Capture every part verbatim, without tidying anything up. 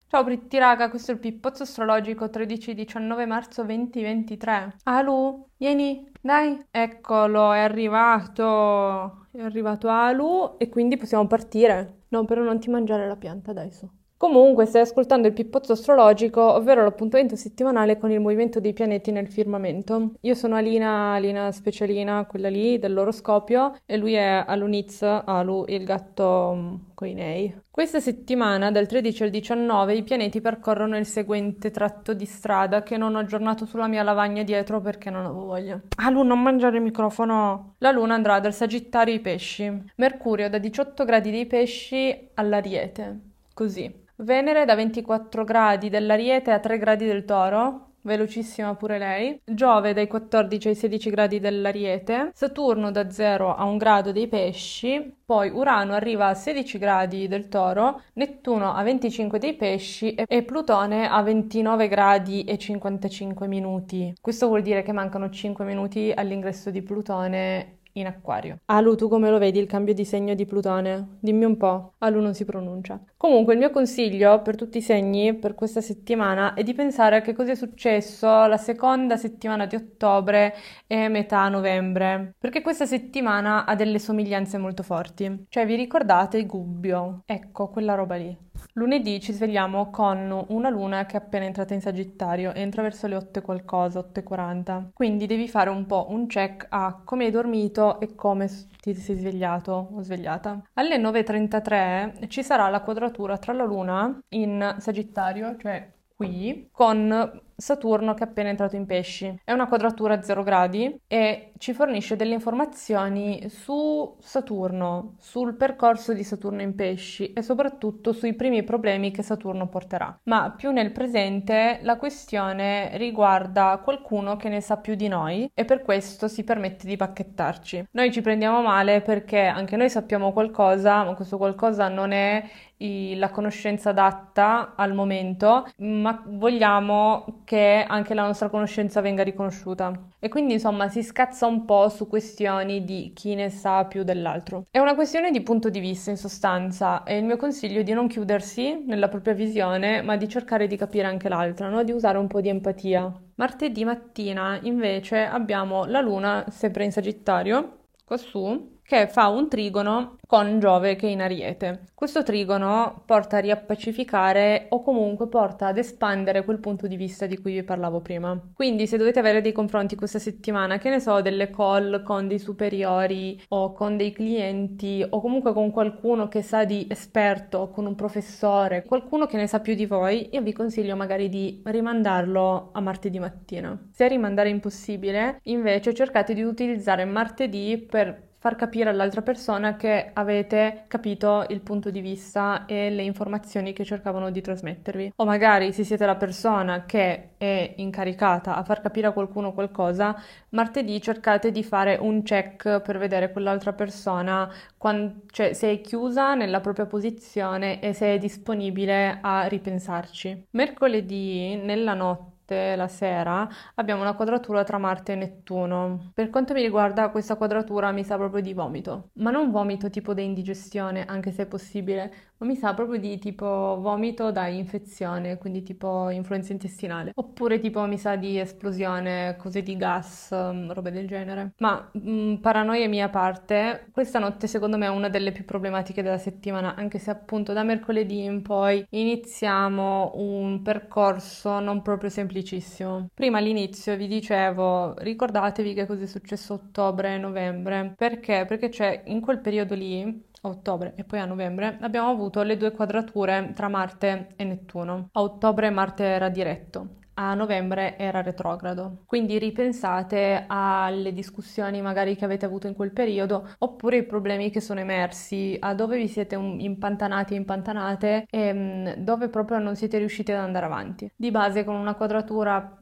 Ciao Britti raga, questo è il pippozzo astrologico tredici diciannove marzo duemilaventitré. Alu, vieni, dai. Eccolo, è arrivato. È arrivato Alu e quindi possiamo partire. No, però non ti mangiare la pianta, dai su. Comunque, stai ascoltando il pippozzo astrologico, ovvero l'appuntamento settimanale con il movimento dei pianeti nel firmamento. Io sono Alina, Alina Specialina, quella lì dell'oroscopio, e lui è Aluniz, Alu, il gatto mm, coi nei. Questa settimana, dal tredici al diciannove, i pianeti percorrono il seguente tratto di strada che non ho aggiornato sulla mia lavagna dietro perché non avevo voglia. Alu, non mangiare il microfono! La Luna andrà dal Sagittario ai Pesci, Mercurio da diciotto gradi dei Pesci all'Ariete, così. Venere da ventiquattro gradi dell'Ariete a tre gradi del Toro, velocissima pure lei. Giove dai quattordici ai sedici gradi dell'Ariete. Saturno da zero a un grado dei Pesci. Poi Urano arriva a sedici gradi del Toro, Nettuno a venticinque dei Pesci e Plutone a ventinove gradi e cinquantacinque minuti. Questo vuol dire che mancano cinque minuti all'ingresso di Plutone in Acquario. Alu, tu come lo vedi il cambio di segno di Plutone? Dimmi un po'. Alu non si pronuncia. Comunque il mio consiglio per tutti i segni per questa settimana è di pensare a che cosa è successo la seconda settimana di ottobre e metà novembre, perché questa settimana ha delle somiglianze molto forti. Cioè, vi ricordate il Gubbio? Ecco, quella roba lì. Lunedì ci svegliamo con una luna che è appena entrata in Sagittario, entra verso le otto e qualcosa, otto e quaranta. Quindi devi fare un po' un check a come hai dormito e come ti sei svegliato o svegliata. Alle nove e trentatré ci sarà la quadratura tra la luna in Sagittario, cioè qui, con Saturno che è appena entrato in Pesci. È una quadratura a zero gradi e ci fornisce delle informazioni su Saturno, sul percorso di Saturno in Pesci e soprattutto sui primi problemi che Saturno porterà. Ma più nel presente la questione riguarda qualcuno che ne sa più di noi e per questo si permette di bacchettarci. Noi ci prendiamo male perché anche noi sappiamo qualcosa, ma questo qualcosa non è la conoscenza adatta al momento, ma vogliamo che anche la nostra conoscenza venga riconosciuta. E quindi insomma si scazza un po' su questioni di chi ne sa più dell'altro. È una questione di punto di vista in sostanza e il mio consiglio è di non chiudersi nella propria visione, ma di cercare di capire anche l'altra, no? Di usare un po' di empatia. Martedì mattina invece abbiamo la Luna sempre in Sagittario, quassù, che fa un trigono con Giove che è in Ariete. Questo trigono porta a riappacificare o comunque porta ad espandere quel punto di vista di cui vi parlavo prima. Quindi se dovete avere dei confronti questa settimana, che ne so, delle call con dei superiori o con dei clienti o comunque con qualcuno che sa di esperto, con un professore, qualcuno che ne sa più di voi, io vi consiglio magari di rimandarlo a martedì mattina. Se rimandare è impossibile, invece cercate di utilizzare martedì per far capire all'altra persona che avete capito il punto di vista e le informazioni che cercavano di trasmettervi. O magari se siete la persona che è incaricata a far capire a qualcuno qualcosa, martedì cercate di fare un check per vedere quell'altra persona quando, cioè, se è chiusa nella propria posizione e se è disponibile a ripensarci. Mercoledì nella notte, la sera, abbiamo una quadratura tra Marte e Nettuno. Per quanto mi riguarda, questa quadratura mi sa proprio di vomito, ma non vomito tipo da indigestione, anche se è possibile, ma mi sa proprio di tipo vomito da infezione, quindi tipo influenza intestinale, oppure tipo mi sa di esplosione, cose di gas, mm, robe del genere. Ma mh, paranoia mia a parte, questa notte secondo me è una delle più problematiche della settimana, anche se appunto da mercoledì in poi iniziamo un percorso non proprio semplice. Prima all'inizio vi dicevo, ricordatevi che cosa è successo a ottobre e novembre. Perché? Perché c'è in quel periodo lì, a ottobre e poi a novembre, abbiamo avuto le due quadrature tra Marte e Nettuno. A ottobre Marte era diretto. A novembre era retrogrado. Quindi ripensate alle discussioni magari che avete avuto in quel periodo oppure ai problemi che sono emersi, a dove vi siete impantanati e impantanate e mh, dove proprio non siete riusciti ad andare avanti. Di base con una quadratura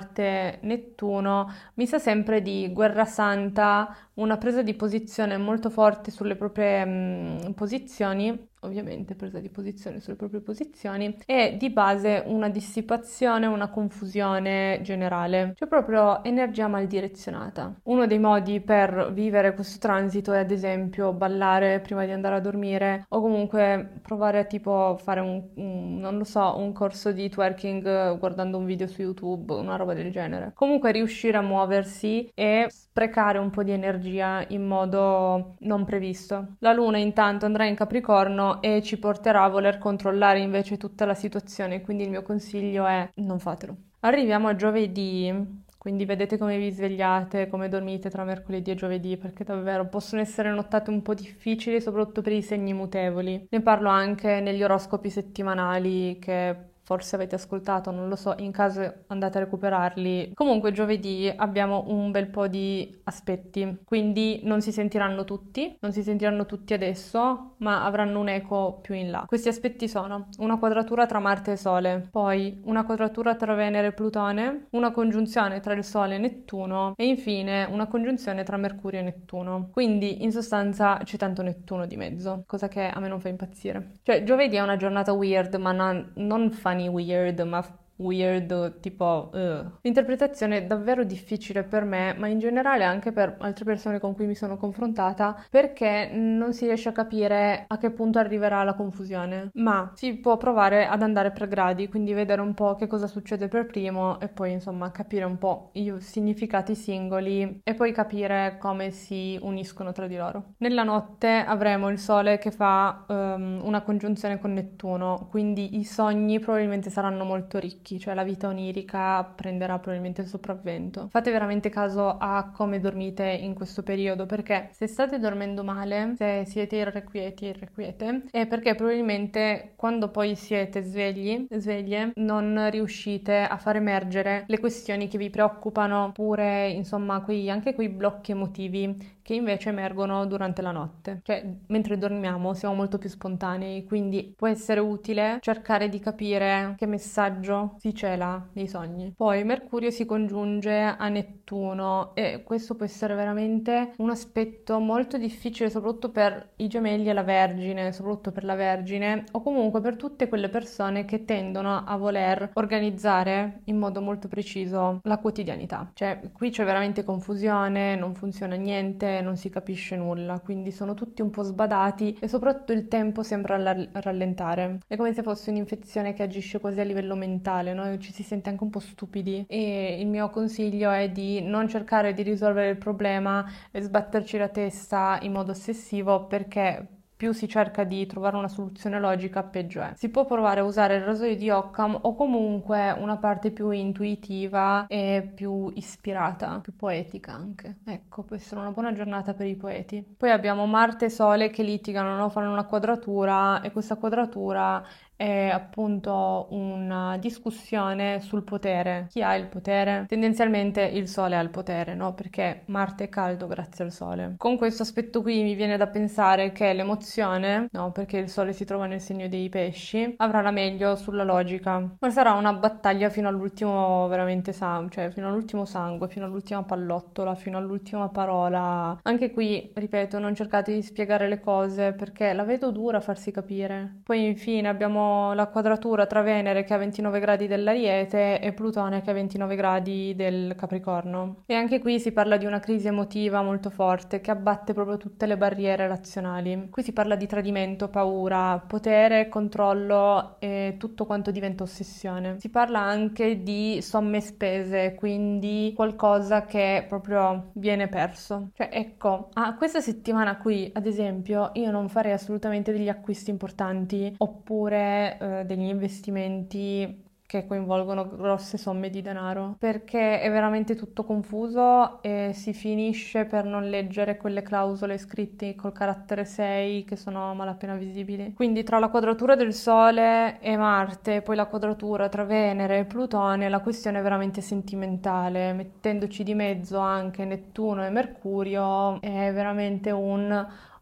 Marte-Nettuno mi sa sempre di guerra santa, una presa di posizione molto forte sulle proprie mh, posizioni ovviamente presa di posizione sulle proprie posizioni, e di base una dissipazione, una confusione generale, cioè proprio energia maldirezionata. Uno dei modi per vivere questo transito è ad esempio ballare prima di andare a dormire o comunque provare a tipo fare un, un non lo so, un corso di twerking guardando un video su YouTube, una roba del genere. Comunque riuscire a muoversi e sprecare un po' di energia in modo non previsto. La luna intanto andrà in Capricorno e ci porterà a voler controllare invece tutta la situazione, quindi il mio consiglio è non fatelo. Arriviamo a giovedì, quindi vedete come vi svegliate, come dormite tra mercoledì e giovedì, perché davvero possono essere nottate un po' difficili, soprattutto per i segni mutevoli. Ne parlo anche negli oroscopi settimanali che forse avete ascoltato, non lo so, in caso andate a recuperarli. Comunque giovedì abbiamo un bel po' di aspetti, quindi non si sentiranno tutti, non si sentiranno tutti adesso, ma avranno un eco più in là. Questi aspetti sono una quadratura tra Marte e Sole, poi una quadratura tra Venere e Plutone, una congiunzione tra il Sole e Nettuno e infine una congiunzione tra Mercurio e Nettuno. Quindi in sostanza c'è tanto Nettuno di mezzo, cosa che a me non fa impazzire. Cioè giovedì è una giornata weird, ma non, non fa weird, ma weird, tipo uh. L'interpretazione è davvero difficile per me, ma in generale anche per altre persone con cui mi sono confrontata, perché non si riesce a capire a che punto arriverà la confusione, ma si può provare ad andare per gradi, quindi vedere un po' che cosa succede per primo e poi insomma capire un po' i significati singoli e poi capire come si uniscono tra di loro. Nella notte avremo il Sole che fa um, una congiunzione con Nettuno, quindi i sogni probabilmente saranno molto ricchi, cioè la vita onirica prenderà probabilmente il sopravvento. Fate veramente caso a come dormite in questo periodo, perché se state dormendo male, se siete irrequieti, irrequiete, è perché probabilmente quando poi siete svegli, sveglie, non riuscite a far emergere le questioni che vi preoccupano, oppure insomma quei, anche quei blocchi emotivi che invece emergono durante la notte. Cioè, mentre dormiamo siamo molto più spontanei, quindi può essere utile cercare di capire che messaggio si cela nei sogni. Poi Mercurio si congiunge a Nettuno e questo può essere veramente un aspetto molto difficile, soprattutto per i gemelli e la Vergine, soprattutto per la Vergine, o comunque per tutte quelle persone che tendono a voler organizzare in modo molto preciso la quotidianità. Cioè, qui c'è veramente confusione, non funziona niente, non si capisce nulla, quindi sono tutti un po' sbadati e soprattutto il tempo sembra rallentare. È come se fosse un'infezione che agisce quasi a livello mentale, no? Ci si sente anche un po' stupidi e il mio consiglio è di non cercare di risolvere il problema e sbatterci la testa in modo ossessivo, perché più si cerca di trovare una soluzione logica, peggio è. Si può provare a usare il rasoio di Occam o comunque una parte più intuitiva e più ispirata, più poetica anche. Ecco, può essere una buona giornata per i poeti. Poi abbiamo Marte e Sole che litigano, no? Fanno una quadratura e questa quadratura è appunto una discussione sul potere. Chi ha il potere? Tendenzialmente il Sole ha il potere, no? Perché Marte è caldo grazie al Sole. Con questo aspetto qui mi viene da pensare che l'emozione, no? Perché il Sole si trova nel segno dei pesci, avrà la meglio sulla logica. Ma sarà una battaglia fino all'ultimo veramente sangue, cioè fino all'ultimo sangue, fino all'ultima pallottola, fino all'ultima parola. Anche qui, ripeto, non cercate di spiegare le cose perché la vedo dura a farsi capire. Poi infine abbiamo la quadratura tra Venere che ha ventinove gradi dell'Ariete e Plutone che ha ventinove gradi del Capricorno. E anche qui si parla di una crisi emotiva molto forte che abbatte proprio tutte le barriere razionali. Qui si parla di tradimento, paura, potere, controllo e tutto quanto diventa ossessione. Si parla anche di somme spese, quindi qualcosa che proprio viene perso. Cioè ecco, a questa settimana qui, ad esempio, io non farei assolutamente degli acquisti importanti oppure eh, degli investimenti che coinvolgono grosse somme di denaro, perché è veramente tutto confuso e si finisce per non leggere quelle clausole scritte col carattere sei che sono a malapena visibili. Quindi tra la quadratura del Sole e Marte e poi la quadratura tra Venere e Plutone la questione è veramente sentimentale, mettendoci di mezzo anche Nettuno e Mercurio è veramente un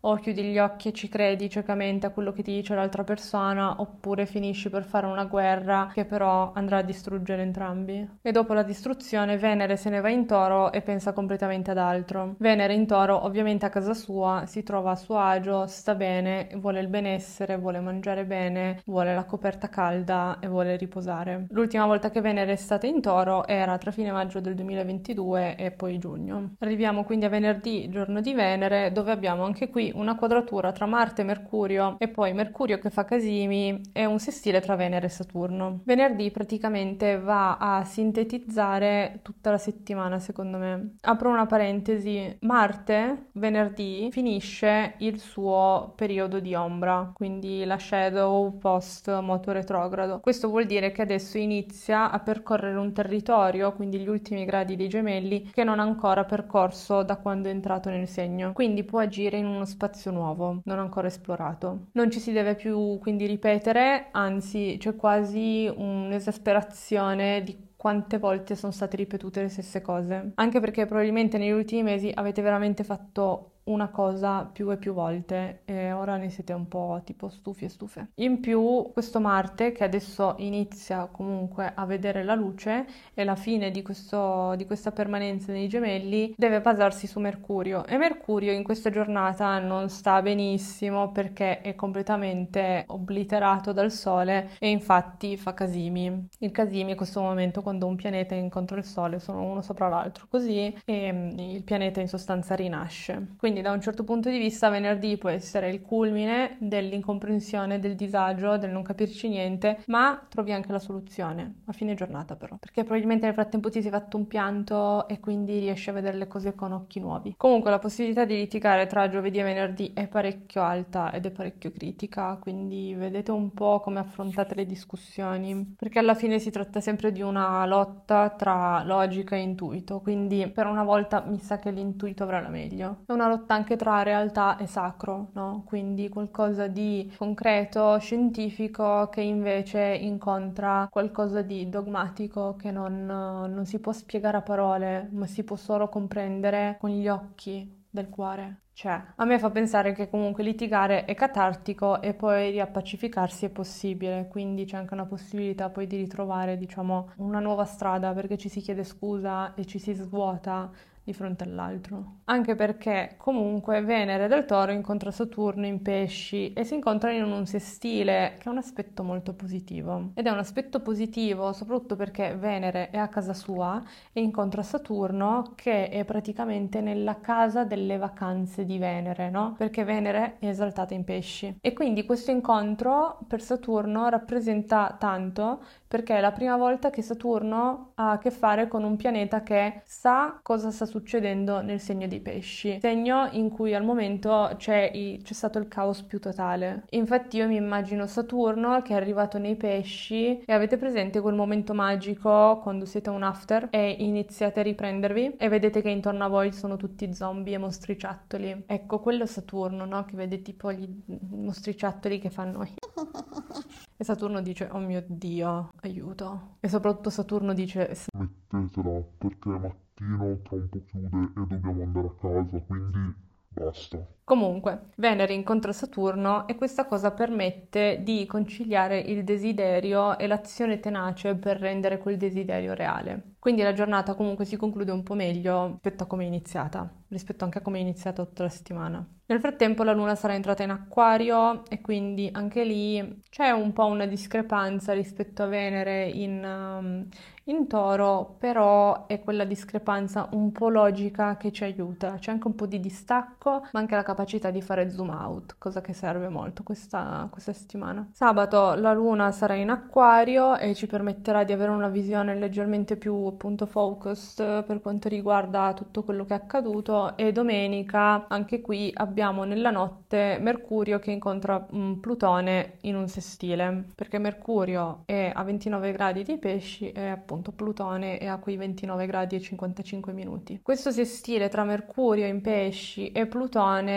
o chiudi gli occhi e ci credi ciecamente a quello che ti dice l'altra persona, oppure finisci per fare una guerra che però andrà a distruggere entrambi. E dopo la distruzione Venere se ne va in Toro e pensa completamente ad altro. Venere in Toro ovviamente a casa sua si trova a suo agio, sta bene, vuole il benessere, vuole mangiare bene, vuole la coperta calda e vuole riposare. L'ultima volta che Venere è stata in Toro era tra fine maggio del duemilaventidue e poi giugno. Arriviamo quindi a venerdì, giorno di Venere, dove abbiamo anche qui una quadratura tra Marte e Mercurio e poi Mercurio che fa casimi e un sestile tra Venere e Saturno. Venerdì praticamente va a sintetizzare tutta la settimana, secondo me. Apro una parentesi: Marte venerdì finisce il suo periodo di ombra, quindi la shadow post moto retrogrado. Questo vuol dire che adesso inizia a percorrere un territorio, quindi gli ultimi gradi dei Gemelli, che non ha ancora percorso da quando è entrato nel segno, quindi può agire in uno spazio nuovo, non ancora esplorato. Non ci si deve più quindi ripetere, anzi c'è quasi un'esasperazione di quante volte sono state ripetute le stesse cose, anche perché probabilmente negli ultimi mesi avete veramente fatto una cosa più e più volte e ora ne siete un po' tipo stufi e stufe. In più questo Marte, che adesso inizia comunque a vedere la luce, e la fine di, questo, di questa permanenza nei Gemelli deve basarsi su Mercurio, e Mercurio in questa giornata non sta benissimo perché è completamente obliterato dal Sole e infatti fa casimi. Il casimi è questo momento quando un pianeta incontra il Sole, sono uno sopra l'altro così, e il pianeta in sostanza rinasce. Quindi da un certo punto di vista venerdì può essere il culmine dell'incomprensione, del disagio, del non capirci niente, ma trovi anche la soluzione a fine giornata però, perché probabilmente nel frattempo ti sei fatto un pianto e quindi riesci a vedere le cose con occhi nuovi. Comunque la possibilità di litigare tra giovedì e venerdì è parecchio alta ed è parecchio critica, quindi vedete un po' come affrontate le discussioni, perché alla fine si tratta sempre di una lotta tra logica e intuito, quindi per una volta mi sa che l'intuito avrà la meglio. È una lotta anche tra realtà e sacro, no? Quindi qualcosa di concreto, scientifico, che invece incontra qualcosa di dogmatico che non, non si può spiegare a parole, ma si può solo comprendere con gli occhi del cuore. Cioè, a me fa pensare che comunque litigare è catartico e poi riappacificarsi è possibile, quindi c'è anche una possibilità poi di ritrovare, diciamo, una nuova strada, perché ci si chiede scusa e ci si svuota di fronte all'altro. Anche perché comunque Venere del Toro incontra Saturno in Pesci e si incontrano in un sestile, che è un aspetto molto positivo. Ed è un aspetto positivo soprattutto perché Venere è a casa sua e incontra Saturno, che è praticamente nella casa delle vacanze di Venere, no? Perché Venere è esaltata in Pesci. E quindi questo incontro per Saturno rappresenta tanto, perché è la prima volta che Saturno ha a che fare con un pianeta che sa cosa sta succedendo nel segno dei Pesci, segno in cui al momento c'è, il, c'è stato il caos più totale. Infatti io mi immagino Saturno che è arrivato nei Pesci e avete presente quel momento magico quando siete a un after e iniziate a riprendervi e vedete che intorno a voi sono tutti zombie e mostriciattoli. Ecco, quello è Saturno, no? Che vede tipo gli mostriciattoli che fanno e Saturno dice: oh mio Dio, aiuto. E soprattutto Saturno dice: mettetela perché è mattino, tra un po' chiude e dobbiamo andare a casa, quindi basta. Comunque, Venere incontra Saturno e questa cosa permette di conciliare il desiderio e l'azione tenace per rendere quel desiderio reale. Quindi la giornata comunque si conclude un po' meglio rispetto a come è iniziata, rispetto anche a come è iniziata tutta la settimana. Nel frattempo la Luna sarà entrata in Acquario e quindi anche lì c'è un po' una discrepanza rispetto a Venere in, um, in Toro, però è quella discrepanza un po' logica che ci aiuta. C'è anche un po' di distacco, ma anche la capacità di fare zoom out, cosa che serve molto questa, questa settimana. Sabato la Luna sarà in Acquario e ci permetterà di avere una visione leggermente più appunto focused per quanto riguarda tutto quello che è accaduto, e domenica anche qui abbiamo nella notte Mercurio che incontra um, Plutone in un sestile, perché Mercurio è a ventinove gradi di Pesci e appunto Plutone è a quei ventinove gradi e cinquantacinque minuti. Questo sestile tra Mercurio in Pesci e Plutone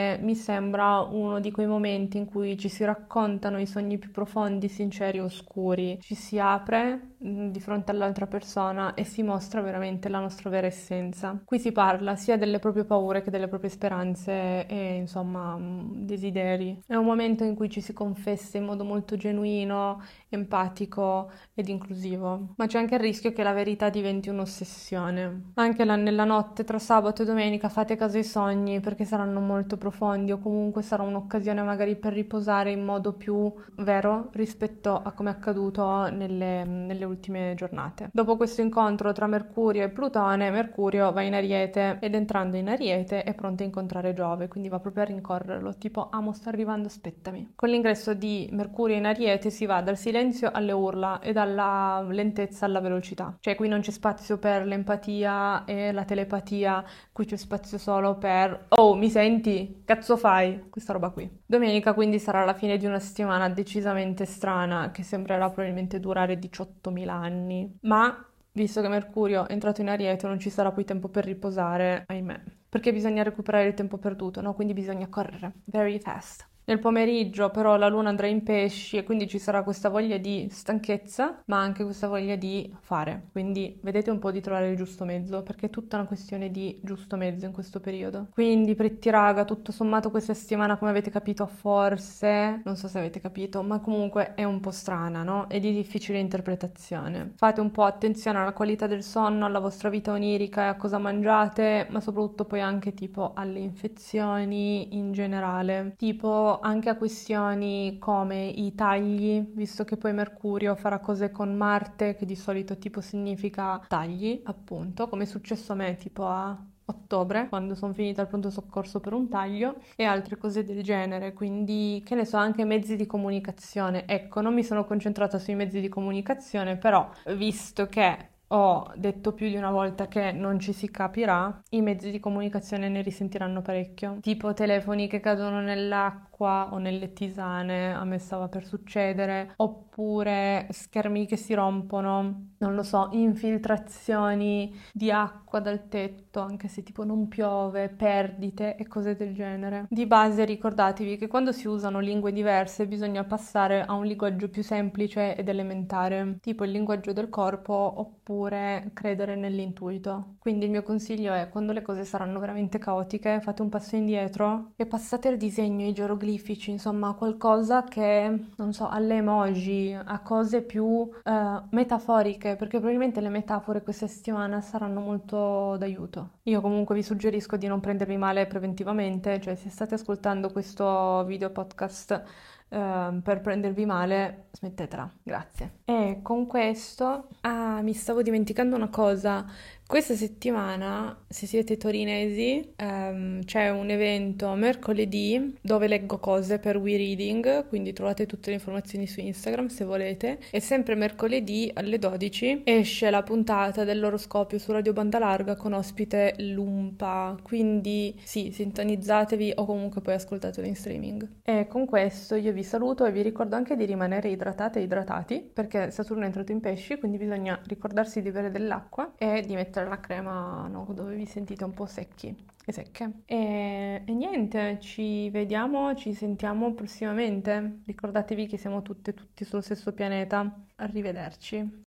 perché mi sembra uno di quei momenti in cui ci si raccontano i sogni più profondi, sinceri e oscuri, ci si apre mh, di fronte all'altra persona e si mostra veramente la nostra vera essenza. Qui si parla sia delle proprie paure che delle proprie speranze e insomma mh, desideri. È un momento in cui ci si confessa in modo molto genuino, empatico ed inclusivo, ma c'è anche il rischio che la verità diventi un'ossessione. Anche la- nella notte tra sabato e domenica fate caso ai sogni perché saranno molto profondi o comunque sarà un'occasione magari per riposare in modo più vero rispetto a come è accaduto nelle, nelle ultime giornate. Dopo questo incontro tra Mercurio e Plutone, Mercurio va in Ariete ed entrando in Ariete è pronto a incontrare Giove, quindi va proprio a rincorrerlo, tipo amo sto arrivando, aspettami. Con l'ingresso di Mercurio in Ariete si va dal silenzio alle urla e dalla lentezza alla velocità, cioè qui non c'è spazio per l'empatia e la telepatia, qui c'è spazio solo per oh mi senti? Cazzo fai? Questa roba qui. Domenica quindi sarà la fine di una settimana decisamente strana che sembrerà probabilmente durare diciottomila anni, ma visto che Mercurio è entrato in Ariete non ci sarà poi tempo per riposare, ahimè, perché bisogna recuperare il tempo perduto, no? Quindi bisogna correre, very fast. Nel pomeriggio però la luna andrà in pesci e quindi ci sarà questa voglia di stanchezza, ma anche questa voglia di fare. Quindi vedete un po' di trovare il giusto mezzo, perché è tutta una questione di giusto mezzo in questo periodo. Quindi, pretti raga, tutto sommato questa settimana, come avete capito, forse, non so se avete capito, ma comunque è un po' strana, no? E di difficile interpretazione. Fate un po' attenzione alla qualità del sonno, alla vostra vita onirica e a cosa mangiate, ma soprattutto poi anche tipo alle infezioni in generale. Tipo anche a questioni come i tagli, visto che poi Mercurio farà cose con Marte, che di solito tipo significa tagli, appunto, come è successo a me tipo a ottobre, quando sono finita al pronto soccorso per un taglio e altre cose del genere, quindi che ne so, anche mezzi di comunicazione. Ecco, non mi sono concentrata sui mezzi di comunicazione, però visto che ho detto più di una volta che non ci si capirà, i mezzi di comunicazione ne risentiranno parecchio. Tipo telefoni che cadono nell'acqua o nelle tisane, a me stava per succedere, oppure schermi che si rompono, non lo so, infiltrazioni di acqua dal tetto, anche se tipo non piove, perdite e cose del genere. Di base ricordatevi che quando si usano lingue diverse bisogna passare a un linguaggio più semplice ed elementare, tipo il linguaggio del corpo oppure credere nell'intuito. Quindi il mio consiglio è, quando le cose saranno veramente caotiche, fate un passo indietro e passate al disegno, ai geroglifici, insomma, qualcosa che, non so, alle emoji, a cose più eh, metaforiche, perché probabilmente le metafore questa settimana saranno molto d'aiuto. Io comunque vi suggerisco di non prendervi male preventivamente, cioè se state ascoltando questo video podcast ehm, per prendervi male, smettetela, grazie. E con questo, ah, mi stavo dimenticando una cosa. Questa settimana, se siete torinesi, ehm, c'è un evento mercoledì dove leggo cose per We Reading, quindi trovate tutte le informazioni su Instagram se volete. E sempre mercoledì alle dodici esce la puntata dell'oroscopio su Radio Banda Larga con ospite Lumpa, quindi sì, sintonizzatevi o comunque poi ascoltatelo in streaming. E con questo io vi saluto e vi ricordo anche di rimanere idratate e idratati, perché Saturno è entrato in pesci, quindi bisogna ricordarsi di bere dell'acqua e di mettere la crema, no, dove vi sentite un po' secchi e secche. E, e niente, ci vediamo, ci sentiamo prossimamente. Ricordatevi che siamo tutte e tutti sullo stesso pianeta. Arrivederci.